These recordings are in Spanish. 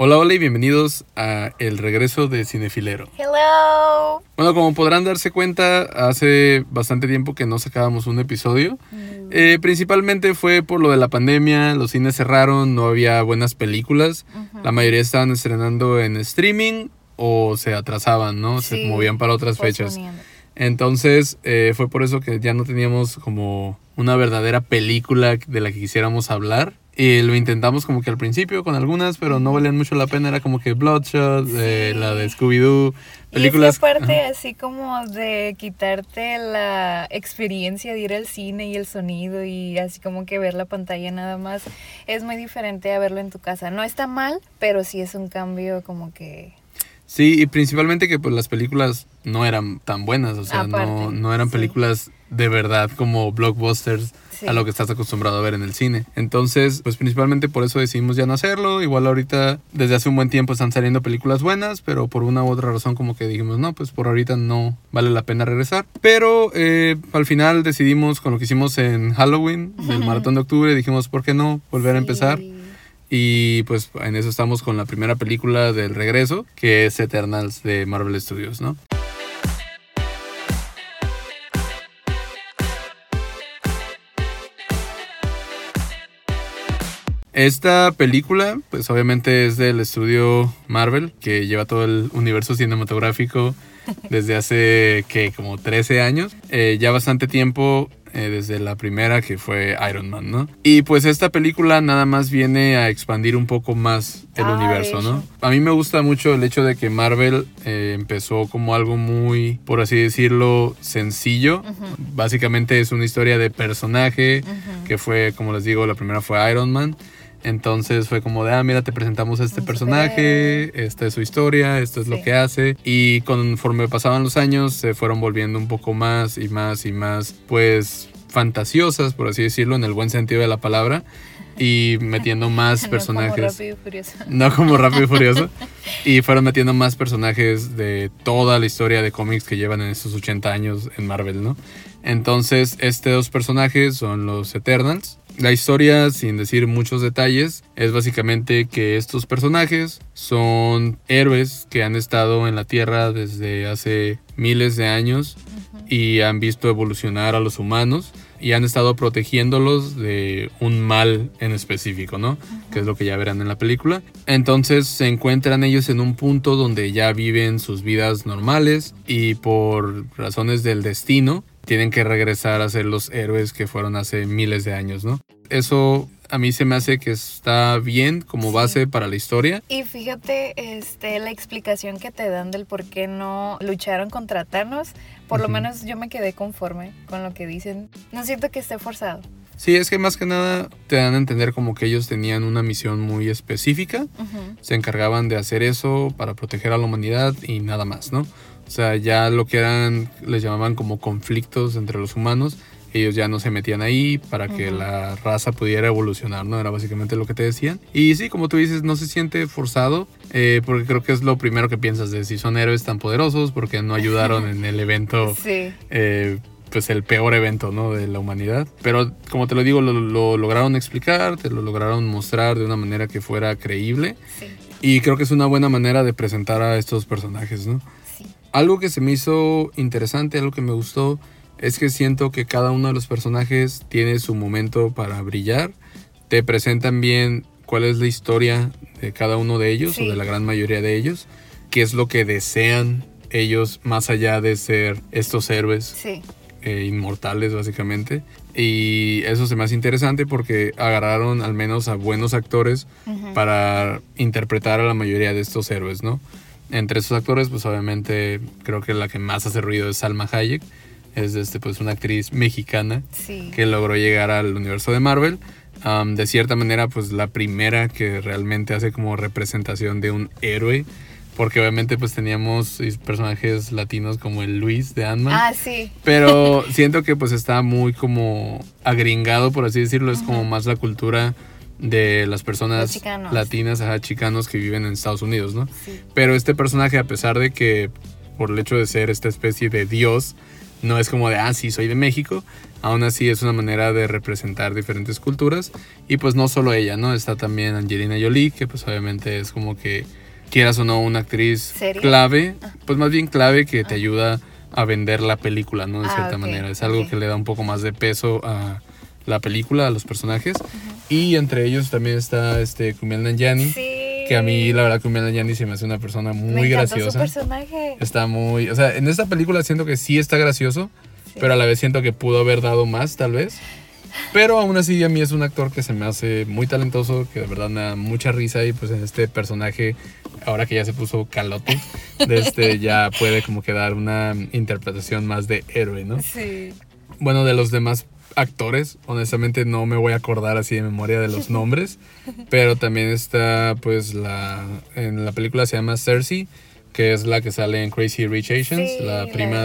Hola, hola y bienvenidos a El Regreso de Cinefilero. Hello. Bueno, como podrán darse cuenta, hace bastante tiempo que no sacábamos un episodio. Principalmente fue por lo de la pandemia, los cines cerraron, no había buenas películas. La mayoría estaban estrenando en streaming o se atrasaban, ¿no? Sí, se movían para otras fechas. Entonces fue por eso que ya no teníamos como una verdadera película de la que quisiéramos hablar. Y lo intentamos como que al principio con algunas, pero no valían mucho la pena. Era como que Bloodshot, Sí. La de Scooby-Doo, películas. Y es que aparte Ajá. así como de quitarte la experiencia de ir al cine y el sonido y así como que ver la pantalla nada más, es muy diferente a verlo en tu casa. No está mal, pero sí es un cambio como que... Sí, y principalmente que pues las películas no eran tan buenas, o sea, Aparte, no eran sí. películas de verdad como blockbusters Sí. a lo que estás acostumbrado a ver en el cine. Entonces, pues principalmente por eso decidimos ya no hacerlo. Igual ahorita, desde hace un buen tiempo están saliendo películas buenas, pero por una u otra razón como que dijimos, no, pues por ahorita no vale la pena regresar. Pero al final decidimos con lo que hicimos en Halloween, del maratón de octubre, dijimos, ¿por qué no volver a empezar? Sí. Y pues en eso estamos con la primera película del regreso, que es Eternals de Marvel Studios, ¿no? Esta película, pues obviamente es del estudio Marvel, que lleva todo el universo cinematográfico desde hace, ¿qué? Como 13 años. Ya bastante tiempo, desde la primera que fue Iron Man, ¿no? Y pues esta película nada más viene a expandir un poco más el universo, de ¿no? hecho. A mí me gusta mucho el hecho de que Marvel empezó como algo muy, por así decirlo, sencillo. Básicamente es una historia de personaje, que fue, como les digo, la primera fue Iron Man. Entonces fue como de, mira, te presentamos a este Un personaje, esta es su historia, esto es lo Sí. que hace. Y conforme pasaban los años se fueron volviendo un poco más y más y más, pues, fantasiosas, por así decirlo, en el buen sentido de la palabra. Y metiendo más personajes. No como Rápido y Furioso. No como Rápido y Furioso. Y fueron metiendo más personajes de toda la historia de cómics que llevan en estos 80 años en Marvel, ¿no? Entonces, estos dos personajes son los Eternals. La historia, sin decir muchos detalles, es básicamente que estos personajes son héroes que han estado en la Tierra desde hace miles de años y han visto evolucionar a los humanos y han estado protegiéndolos de un mal en específico, ¿no? Que es lo que ya verán en la película. Entonces se encuentran ellos en un punto donde ya viven sus vidas normales y por razones del destino tienen que regresar a ser los héroes que fueron hace miles de años, ¿no? Eso a mí se me hace que está bien como base para la historia. Y fíjate, la explicación que te dan del por qué no lucharon contra Thanos, por lo menos yo me quedé conforme con lo que dicen. No siento que esté forzado. Sí, es que más que nada te dan a entender como que ellos tenían una misión muy específica. Se encargaban de hacer eso para proteger a la humanidad y nada más, ¿no? O sea, ya lo que eran, les llamaban como conflictos entre los humanos, ellos ya no se metían ahí para que la raza pudiera evolucionar, ¿no? Era básicamente lo que te decían. Y sí, como tú dices, no se siente forzado, porque creo que es lo primero que piensas de si son héroes tan poderosos, porque no ayudaron en el evento, Sí. pues el peor evento, ¿no? De la humanidad. Pero como te lo digo, lo lograron explicar, te lo lograron mostrar de una manera que fuera creíble. Sí. Y creo que es una buena manera de presentar a estos personajes, ¿no? Sí. Algo que se me hizo interesante, algo que me gustó, es que siento que cada uno de los personajes tiene su momento para brillar. Te presentan bien cuál es la historia de cada uno de ellos, Sí. o de la gran mayoría de ellos, qué es lo que desean ellos más allá de ser estos héroes Sí. inmortales básicamente. Y eso se me hace interesante porque agarraron al menos a buenos actores para interpretar a la mayoría de estos héroes, ¿no? Entre esos actores, pues obviamente creo que la que más hace ruido es Salma Hayek. Es pues una actriz mexicana Sí. que logró llegar al universo de Marvel. De cierta manera, pues la primera que realmente hace como representación de un héroe. Porque obviamente pues teníamos personajes latinos como el Luis de Ant-Man. Ah, sí. Pero siento que pues está muy como agringado, por así decirlo. Es como más la cultura de las personas Los chicanos. latinas, chicanos que viven en Estados Unidos, ¿no? Sí. Pero este personaje, a pesar de que por el hecho de ser esta especie de dios, no es como de, sí, soy de México. Aún así es una manera de representar diferentes culturas. Y pues no solo ella, ¿no? Está también Angelina Jolie, que pues obviamente es como que, quieras o no, una actriz ¿Serio? clave. Pues más bien clave, que te ayuda a vender la película, ¿no? De cierta manera. Es algo que le da un poco más de peso a la película, a los personajes. Y entre ellos también está Kumail Nanjiani. Sí. Que a mí, la verdad, Kumail Nanjiani se me hace una persona muy graciosa. Su personaje. Está muy... O sea, en esta película siento que sí está gracioso, pero a la vez siento que pudo haber dado más, tal vez. Pero aún así, a mí es un actor que se me hace muy talentoso, que de verdad me da mucha risa. Y pues en este personaje, ahora que ya se puso calote, ya puede como que dar una interpretación más de héroe, ¿no? Sí. Bueno, de los demás actores, honestamente no me voy a acordar así de memoria de los nombres, pero también está pues en la película se llama Cersei, que es la que sale en Crazy Rich Asians, la prima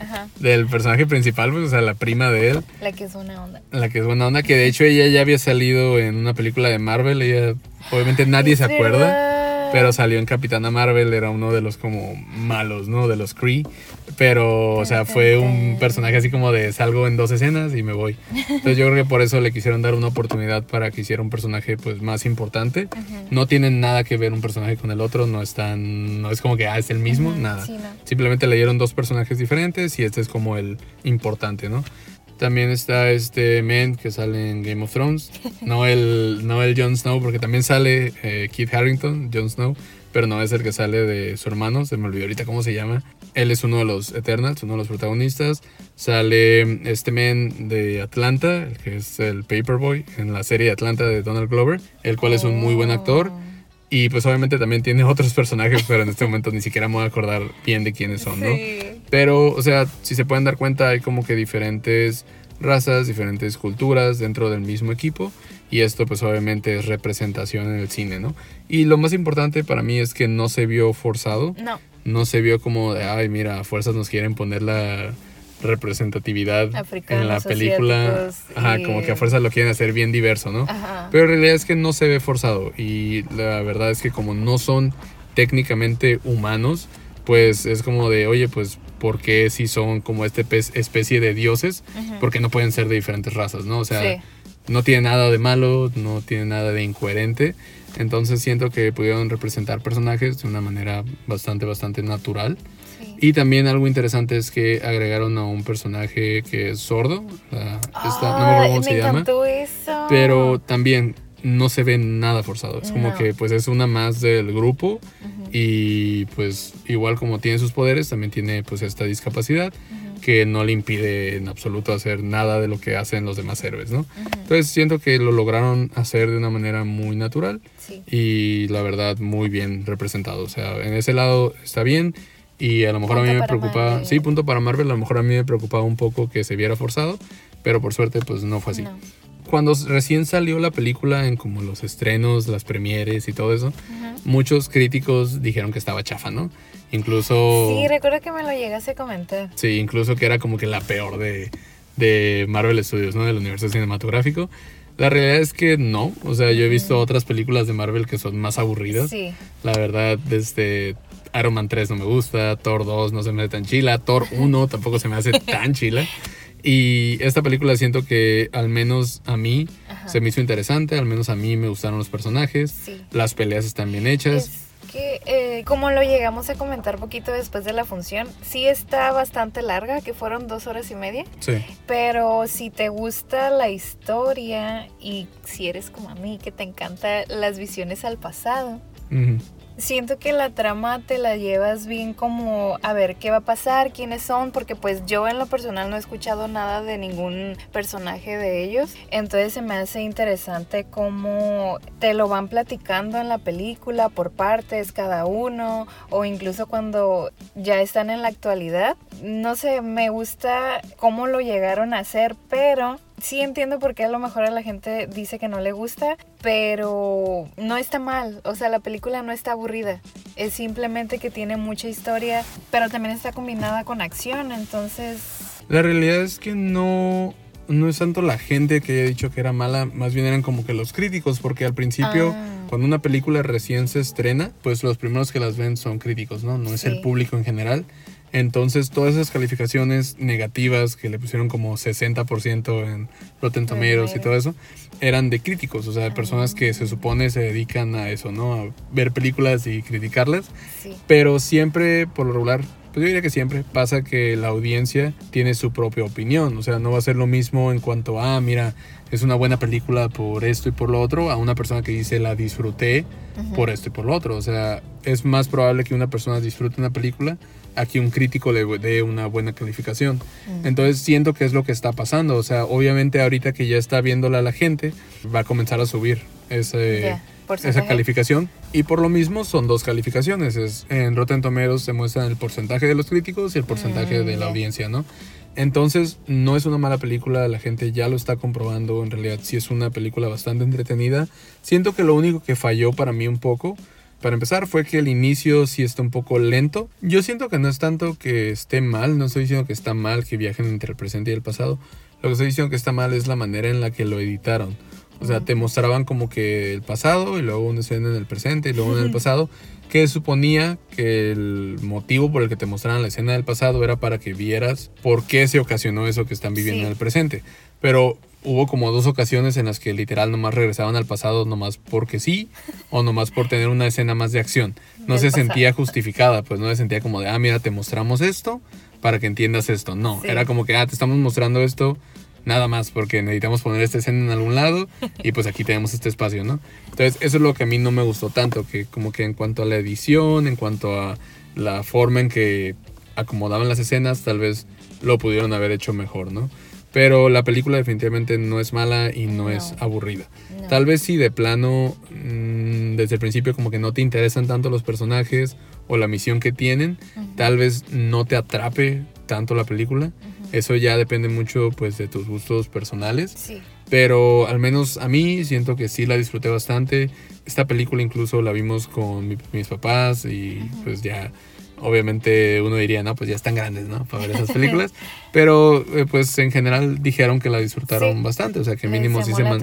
del personaje principal, pues, o sea, la prima de él. La que es buena onda. La que es buena onda, que de hecho ella ya había salido en una película de Marvel, ella obviamente nadie se acuerda. Pero salió en Capitana Marvel, era uno de los como malos, ¿no? De los Kree. Pero, o sea, fue un personaje así como de salgo en 2 escenas y me voy. Entonces yo creo que por eso le quisieron dar una oportunidad para que hiciera un personaje pues más importante. No tienen nada que ver un personaje con el otro, no es como que es el mismo, nada. Sí, no. Simplemente le dieron 2 personajes diferentes y este es como el importante, ¿no? También está men que sale en Game of Thrones. No el Jon Snow, porque también sale Kit Harington, Jon Snow, pero no es el que sale de su hermano, se me olvidó ahorita cómo se llama. Él es uno de los Eternals, uno de los protagonistas. Sale men de Atlanta, el que es el Paperboy en la serie Atlanta de Donald Glover, el cual es un muy buen actor. Y pues obviamente también tiene otros personajes, pero en este momento ni siquiera me voy a acordar bien de quiénes son, ¿no? Sí. Pero, o sea, si se pueden dar cuenta, hay como que diferentes razas, diferentes culturas dentro del mismo equipo. Y esto pues obviamente es representación en el cine, ¿no? Y lo más importante para mí es que no se vio forzado. No se vio como de, ay, mira, a fuerzas nos quieren poner la representatividad africanos, en la película. Ajá, como que a fuerza lo quieren hacer bien diverso, ¿no? Ajá. Pero en realidad es que no se ve forzado. Y la verdad es que como no son técnicamente humanos, pues es como de, oye, pues ¿por qué si son como especie de dioses? Porque no pueden ser de diferentes razas, ¿no? O sea, no tiene nada de malo, no tiene nada de incoherente. Entonces siento que pudieron representar personajes de una manera bastante natural. Y también algo interesante es que agregaron a un personaje que es sordo. No me acuerdo cómo se llama. Me encantó eso. Pero también no se ve nada forzado. Es como que pues es una más del grupo. Y pues igual como tiene sus poderes, también tiene pues esta discapacidad que no le impide en absoluto hacer nada de lo que hacen los demás héroes, ¿no? Entonces siento que lo lograron hacer de una manera muy natural. Y la verdad muy bien representado. O sea, en ese lado está bien. Y a lo mejor a mí me preocupaba, punto para Marvel, a lo mejor a mí me preocupaba un poco que se viera forzado, pero por suerte pues no fue así. Cuando recién salió la película en como los estrenos, las premieres y todo eso, muchos críticos dijeron que estaba chafa, ¿no? Incluso... Sí, recuerdo que me lo llegaste a comentar. Sí, incluso que era como que la peor de Marvel Studios, ¿no? Del universo cinematográfico. La realidad es que no, o sea, yo he visto otras películas de Marvel que son más aburridas. La verdad, Iron Man 3 no me gusta, Thor 2 no se me hace tan chila, Thor 1 tampoco se me hace tan chila. Y esta película siento que al menos a mí se me hizo interesante, al menos a mí me gustaron los personajes, las peleas están bien hechas. Que como lo llegamos a comentar poquito después de la función, sí está bastante larga, que fueron 2 horas y media. Pero si te gusta la historia y si eres como a mí, que te encantan las visiones al pasado, siento que la trama te la llevas bien como a ver qué va a pasar, quiénes son, porque pues yo en lo personal no he escuchado nada de ningún personaje de ellos, entonces se me hace interesante cómo te lo van platicando en la película por partes cada uno, o incluso cuando ya están en la actualidad. No sé, me gusta cómo lo llegaron a hacer, pero sí entiendo por qué a lo mejor a la gente dice que no le gusta, pero no está mal. O sea, la película no está aburrida. Es simplemente que tiene mucha historia, pero también está combinada con acción, entonces... La realidad es que no es tanto la gente que haya dicho que era mala, más bien eran como que los críticos, porque al principio, cuando una película recién se estrena, pues los primeros que las ven son críticos, ¿no? No es el público en general. Entonces todas esas calificaciones negativas que le pusieron como 60% en Rotten Tomatoes y todo eso, eran de críticos, o sea, de personas que se supone se dedican a eso, ¿no? A ver películas y criticarlas. Sí. Pero siempre, por lo regular, pues yo diría que siempre pasa que la audiencia tiene su propia opinión. O sea, no va a ser lo mismo en cuanto a, mira, es una buena película por esto y por lo otro, a una persona que dice la disfruté por esto y por lo otro. O sea, es más probable que una persona disfrute una película a que un crítico le dé una buena calificación. Entonces siento que es lo que está pasando. O sea, obviamente ahorita que ya está viéndola la gente, va a comenzar a subir esa calificación, y por lo mismo son dos calificaciones. En Rotten Tomatoes se muestra el porcentaje de los críticos y el porcentaje de la audiencia, ¿no? Entonces no es una mala película, la gente ya lo está comprobando. En realidad sí es una película bastante entretenida. Siento que lo único que falló para mí un poco, para empezar, fue que el inicio sí está un poco lento. Yo siento que no es tanto que esté mal, no estoy diciendo que está mal que viajen entre el presente y el pasado. Lo que estoy diciendo que está mal es la manera en la que lo editaron. O sea, te mostraban como que el pasado y luego una escena en el presente y luego en el pasado, que suponía que el motivo por el que te mostraran la escena del pasado era para que vieras por qué se ocasionó eso que están viviendo en el presente. Pero hubo como 2 ocasiones en las que literal nomás regresaban al pasado nomás porque sí, o nomás por tener una escena más de acción. No se sentía justificada, pues no se sentía como de, mira, te mostramos esto para que entiendas esto. No, era como que, te estamos mostrando esto nada más porque necesitamos poner esta escena en algún lado y pues aquí tenemos este espacio, ¿no? Entonces eso es lo que a mí no me gustó tanto, que como que en cuanto a la edición, en cuanto a la forma en que acomodaban las escenas, tal vez lo pudieron haber hecho mejor, ¿no? Pero la película definitivamente no es mala y no es aburrida. No. Tal vez si de plano, desde el principio como que no te interesan tanto los personajes o la misión que tienen, tal vez no te atrape tanto la película. Eso ya depende mucho pues de tus gustos personales. Sí. Pero al menos a mí siento que sí la disfruté bastante. Esta película incluso la vimos con mis papás y pues ya... Obviamente uno diría, no, pues ya están grandes, ¿no? Para ver esas películas. Pero pues en general dijeron que la disfrutaron bastante. O sea, que mínimo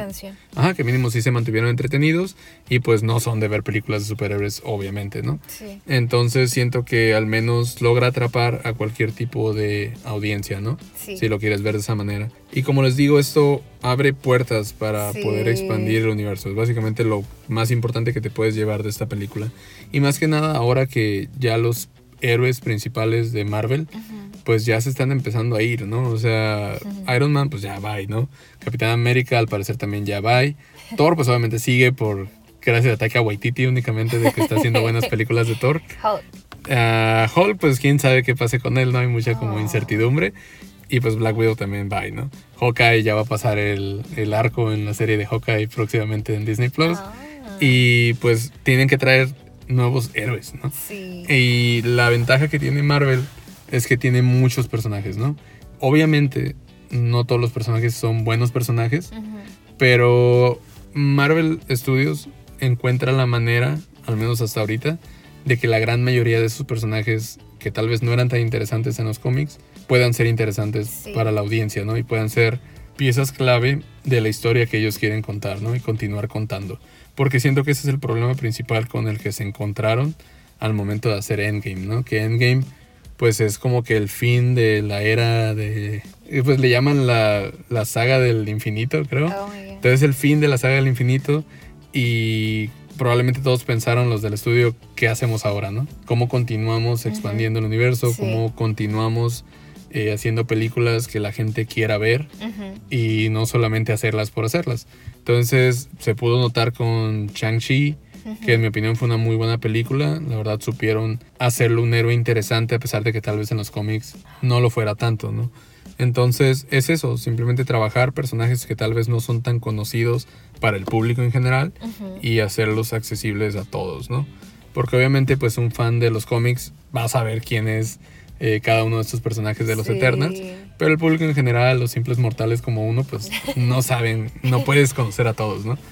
que mínimo sí se mantuvieron entretenidos. Y pues no son de ver películas de superhéroes, obviamente, ¿no? Sí. Entonces siento que al menos logra atrapar a cualquier tipo de audiencia, ¿no? Sí. Si lo quieres ver de esa manera. Y como les digo, esto abre puertas para poder expandir el universo. Es básicamente lo más importante que te puedes llevar de esta película. Y más que nada ahora que ya los héroes principales de Marvel, pues ya se están empezando a ir, ¿no? O sea, Iron Man, pues ya bye, ¿no? Capitán América, al parecer, también ya bye. Thor, pues obviamente sigue gracias a Taika Waititi únicamente, de que está haciendo buenas películas de Thor. Hulk, pues quién sabe qué pase con él, ¿no? Hay mucha como incertidumbre. Y pues Black Widow también bye, ¿no? Hawkeye ya va a pasar el arco en la serie de Hawkeye próximamente en Disney Plus. Y pues tienen que traer nuevos héroes, ¿no? Sí. Y la ventaja que tiene Marvel es que tiene muchos personajes, ¿no? Obviamente no todos los personajes son buenos personajes, pero Marvel Studios encuentra la manera, al menos hasta ahorita, de que la gran mayoría de esos personajes que tal vez no eran tan interesantes en los cómics puedan ser interesantes para la audiencia, ¿no? Y puedan ser piezas clave de la historia que ellos quieren contar, ¿no? Y continuar contando. Porque siento que ese es el problema principal con el que se encontraron al momento de hacer Endgame, ¿no? Que Endgame, pues es como que el fin de la era de... Pues le llaman la saga del infinito, creo. Entonces el fin de la saga del infinito, y probablemente todos pensaron, los del estudio, ¿qué hacemos ahora, no? ¿Cómo continuamos expandiendo el universo? ¿Cómo continuamos haciendo películas que la gente quiera ver y no solamente hacerlas por hacerlas? Entonces se pudo notar con Shang-Chi, que en mi opinión fue una muy buena película. La verdad supieron hacerlo un héroe interesante, a pesar de que tal vez en los cómics no lo fuera tanto, ¿no? Entonces es eso, simplemente trabajar personajes que tal vez no son tan conocidos para el público en general y hacerlos accesibles a todos, ¿no? Porque obviamente pues un fan de los cómics va a saber quién es cada uno de estos personajes de los Eternals, pero el público en general, los simples mortales como uno, pues no saben, no puedes conocer a todos, ¿no?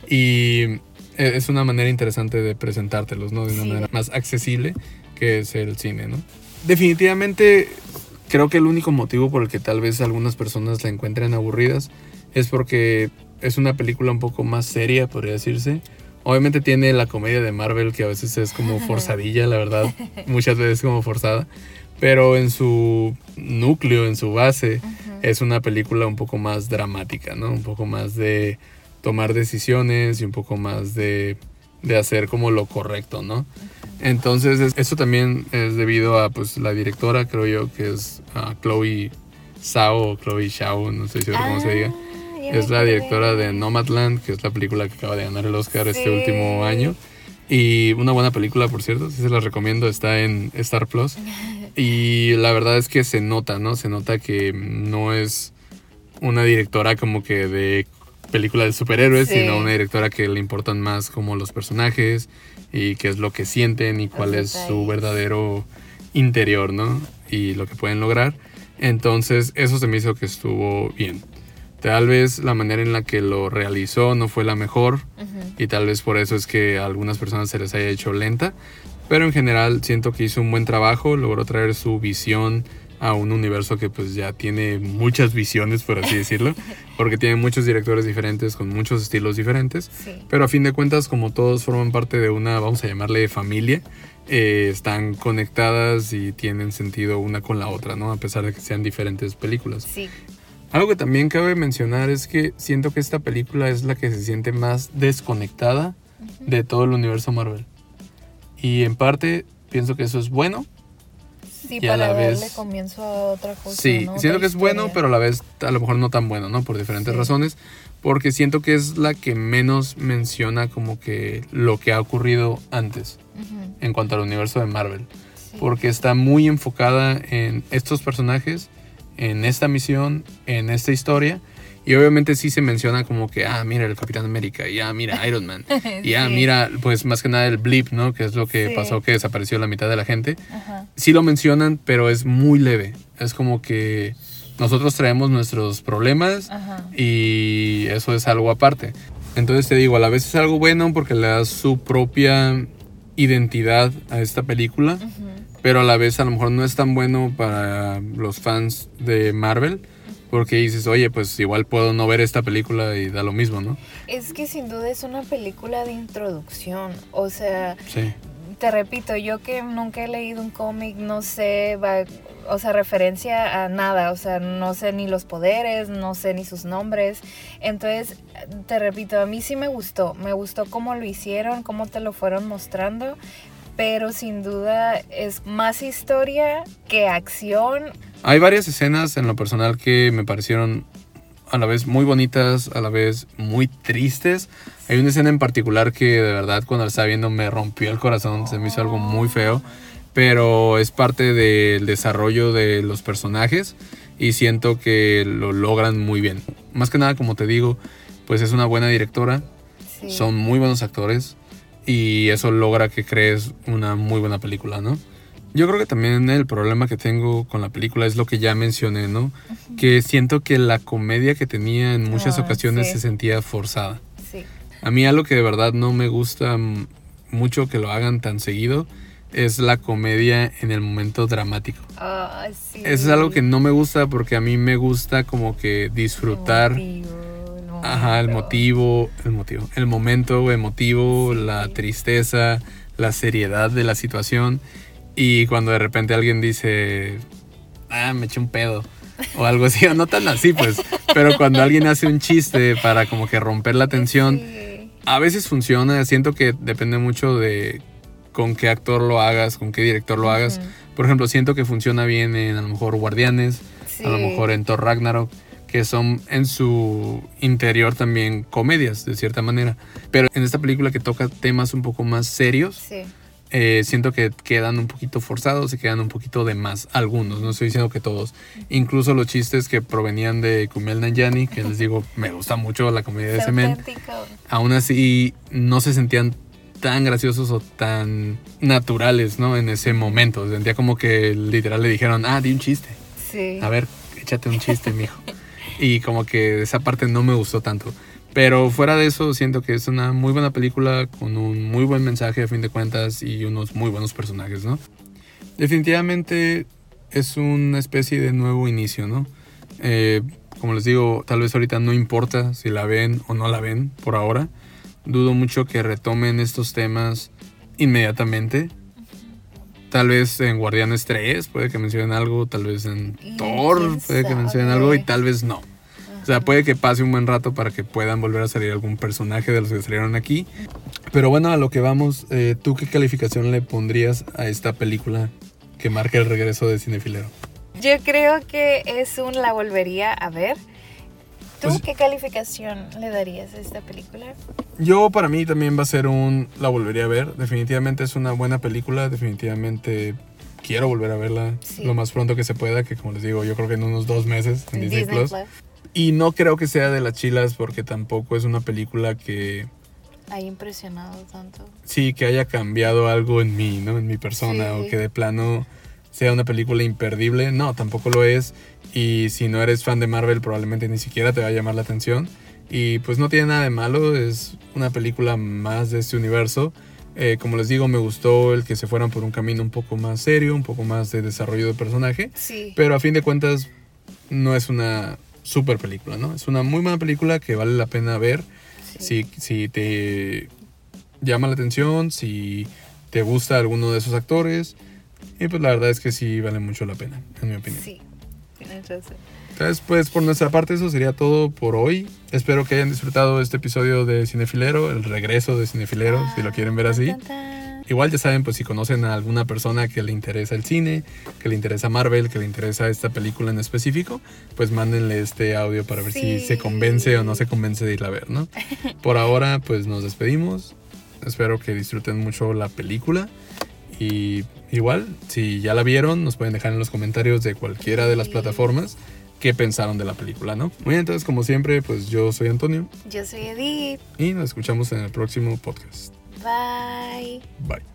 Y es una manera interesante de presentártelos, ¿no? De una manera más accesible, que es el cine, ¿no? Definitivamente creo que el único motivo por el que tal vez algunas personas la encuentren aburridas es porque es una película un poco más seria, podría decirse. Obviamente tiene la comedia de Marvel, que a veces es como forzadilla, la verdad, muchas veces como forzada. pero en su núcleo, en su base, es una película un poco más dramática, ¿no? Un poco más de tomar decisiones y un poco más de hacer como lo correcto, ¿no? Entonces, eso también es debido a, pues, la directora, creo yo, que es Chloe Zhao o Chloe Zhao, no sé si cómo se diga. Es la directora de Nomadland, que es la película que acaba de ganar el Oscar este último año. Y una buena película, por cierto, sí se la recomiendo, está en Star Plus. Y la verdad es que se nota, ¿no? Se nota que no es una directora como que de película de superhéroes, sino una directora que le importan más como los personajes y qué es lo que sienten y cuál es su verdadero interior, ¿no? Y lo que pueden lograr. Entonces, eso se me hizo que estuvo bien. Tal vez la manera en la que lo realizó no fue la mejor y tal vez por eso es que a algunas personas se les haya hecho lenta, pero en general siento que hizo un buen trabajo, logró traer su visión a un universo que pues ya tiene muchas visiones, por así decirlo, porque tiene muchos directores diferentes con muchos estilos diferentes, pero a fin de cuentas, como todos forman parte de una, vamos a llamarle familia, están conectadas y tienen sentido una con la otra, ¿no? A pesar de que sean diferentes películas. Sí. Algo que también cabe mencionar es que siento que esta película es la que se siente más desconectada de todo el universo Marvel. Y en parte pienso que eso es bueno. Sí, y para darle comienzo a otra cosa. Sí, ¿no? siento que es bueno, pero a la vez a lo mejor no tan bueno, ¿no? Por diferentes razones. Porque siento que es la que menos menciona como que lo que ha ocurrido antes en cuanto al universo de Marvel. Sí. Porque está muy enfocada en estos personajes, en esta misión, en esta historia. Y obviamente sí se menciona como que, mira el Capitán América, y mira Iron Man, y mira, pues más que nada el blip, ¿no? Que es lo que pasó, que desapareció la mitad de la gente. Sí lo mencionan, pero es muy leve. Es como que nosotros traemos nuestros problemas y eso es algo aparte. Entonces te digo, a la vez es algo bueno porque le da su propia identidad a esta película, pero a la vez a lo mejor no es tan bueno para los fans de Marvel, porque dices, oye, pues igual puedo no ver esta película y da lo mismo, ¿no? Es que sin duda es una película de introducción, o sea, te repito, yo que nunca he leído un cómic, no sé, o sea, referencia a nada, o sea, no sé ni los poderes, no sé ni sus nombres, entonces, te repito, a mí sí me gustó cómo lo hicieron, cómo te lo fueron mostrando, pero sin duda es más historia que acción. Hay varias escenas en lo personal que me parecieron a la vez muy bonitas, a la vez muy tristes. Hay una escena en particular que de verdad cuando la estaba viendo me rompió el corazón, se me hizo algo muy feo, pero es parte del desarrollo de los personajes y siento que lo logran muy bien. Más que nada, como te digo, pues es una buena directora, son muy buenos actores y eso logra que crees una muy buena película, ¿no? Yo creo que también el problema que tengo con la película es lo que ya mencioné, ¿no? Que siento que la comedia que tenía en muchas ocasiones se sentía forzada. A mí algo que de verdad no me gusta mucho que lo hagan tan seguido es la comedia en el momento dramático. Eso es algo que no me gusta porque a mí me gusta como que disfrutar el momento emotivo, la tristeza, la seriedad de la situación. Y cuando de repente alguien dice, me eché un pedo, o algo así, o no tan así, pues, pero cuando alguien hace un chiste para como que romper la tensión, a veces funciona. Siento que depende mucho de con qué actor lo hagas, con qué director lo hagas. Por ejemplo, siento que funciona bien en a lo mejor Guardianes, a lo mejor en Thor Ragnarok, que son en su interior también comedias, de cierta manera. Pero en esta película que toca temas un poco más serios, siento que quedan un poquito forzados y quedan un poquito de más. Algunos, no estoy diciendo que todos. Incluso los chistes que provenían de Kumail Nanjiani, que les digo, me gusta mucho la comedia de ese men, aún así no se sentían tan graciosos o tan naturales, ¿no? En ese momento. Sentía como que literal le dijeron, di un chiste. A ver, échate un chiste, mijo. Y como que esa parte no me gustó tanto. Pero fuera de eso, siento que es una muy buena película con un muy buen mensaje a fin de cuentas y unos muy buenos personajes, ¿no? Definitivamente es una especie de nuevo inicio, ¿no? Como les digo, tal vez ahorita no importa si la ven o no la ven por ahora. Dudo mucho que retomen estos temas inmediatamente. Tal vez en Guardianes 3 puede que mencionen algo, tal vez en Thor puede que mencionen algo y tal vez no. O sea, puede que pase un buen rato para que puedan volver a salir algún personaje de los que salieron aquí. Pero bueno, a lo que vamos, ¿tú qué calificación le pondrías a esta película que marca el regreso de Cinefilero? Yo creo que la volvería a ver. ¿Tú Pues, qué calificación le darías a esta película? Yo para mí también va a ser la volvería a ver. Definitivamente es una buena película, definitivamente quiero volver a verla lo más pronto que se pueda, que como les digo, yo creo que en unos 2 meses en Disney Plus. Y no creo que sea de las chilas porque tampoco es una película que haya impresionado tanto. Sí, que haya cambiado algo en mí, ¿no? En mi persona, o que de plano sea una película imperdible. No, tampoco lo es. Y si no eres fan de Marvel, probablemente ni siquiera te va a llamar la atención. Y pues no tiene nada de malo, es una película más de este universo. Como les digo, me gustó el que se fueran por un camino un poco más serio, un poco más de desarrollo de personaje. Sí. Pero a fin de cuentas, no es una super película, ¿no? Es una muy buena película que vale la pena ver. Sí. Si te llama la atención, si te gusta alguno de esos actores. Y pues la verdad es que sí vale mucho la pena, en mi opinión. Sí, tienes razón. Entonces, pues por nuestra parte eso sería todo por hoy. Espero que hayan disfrutado este episodio de Cinefilero, el regreso de Cinefilero, si lo quieren ver así. Igual ya saben, pues si conocen a alguna persona que le interesa el cine, que le interesa Marvel, que le interesa esta película en específico, pues mándenle este audio para ver si se convence o no se convence de irla a ver, ¿no? Por ahora, pues nos despedimos. Espero que disfruten mucho la película. Y igual, si ya la vieron, nos pueden dejar en los comentarios de cualquiera de las plataformas qué pensaron de la película, ¿no? Muy bien, entonces como siempre, pues yo soy Antonio. Yo soy Edith. Y nos escuchamos en el próximo podcast. Bye. Bye.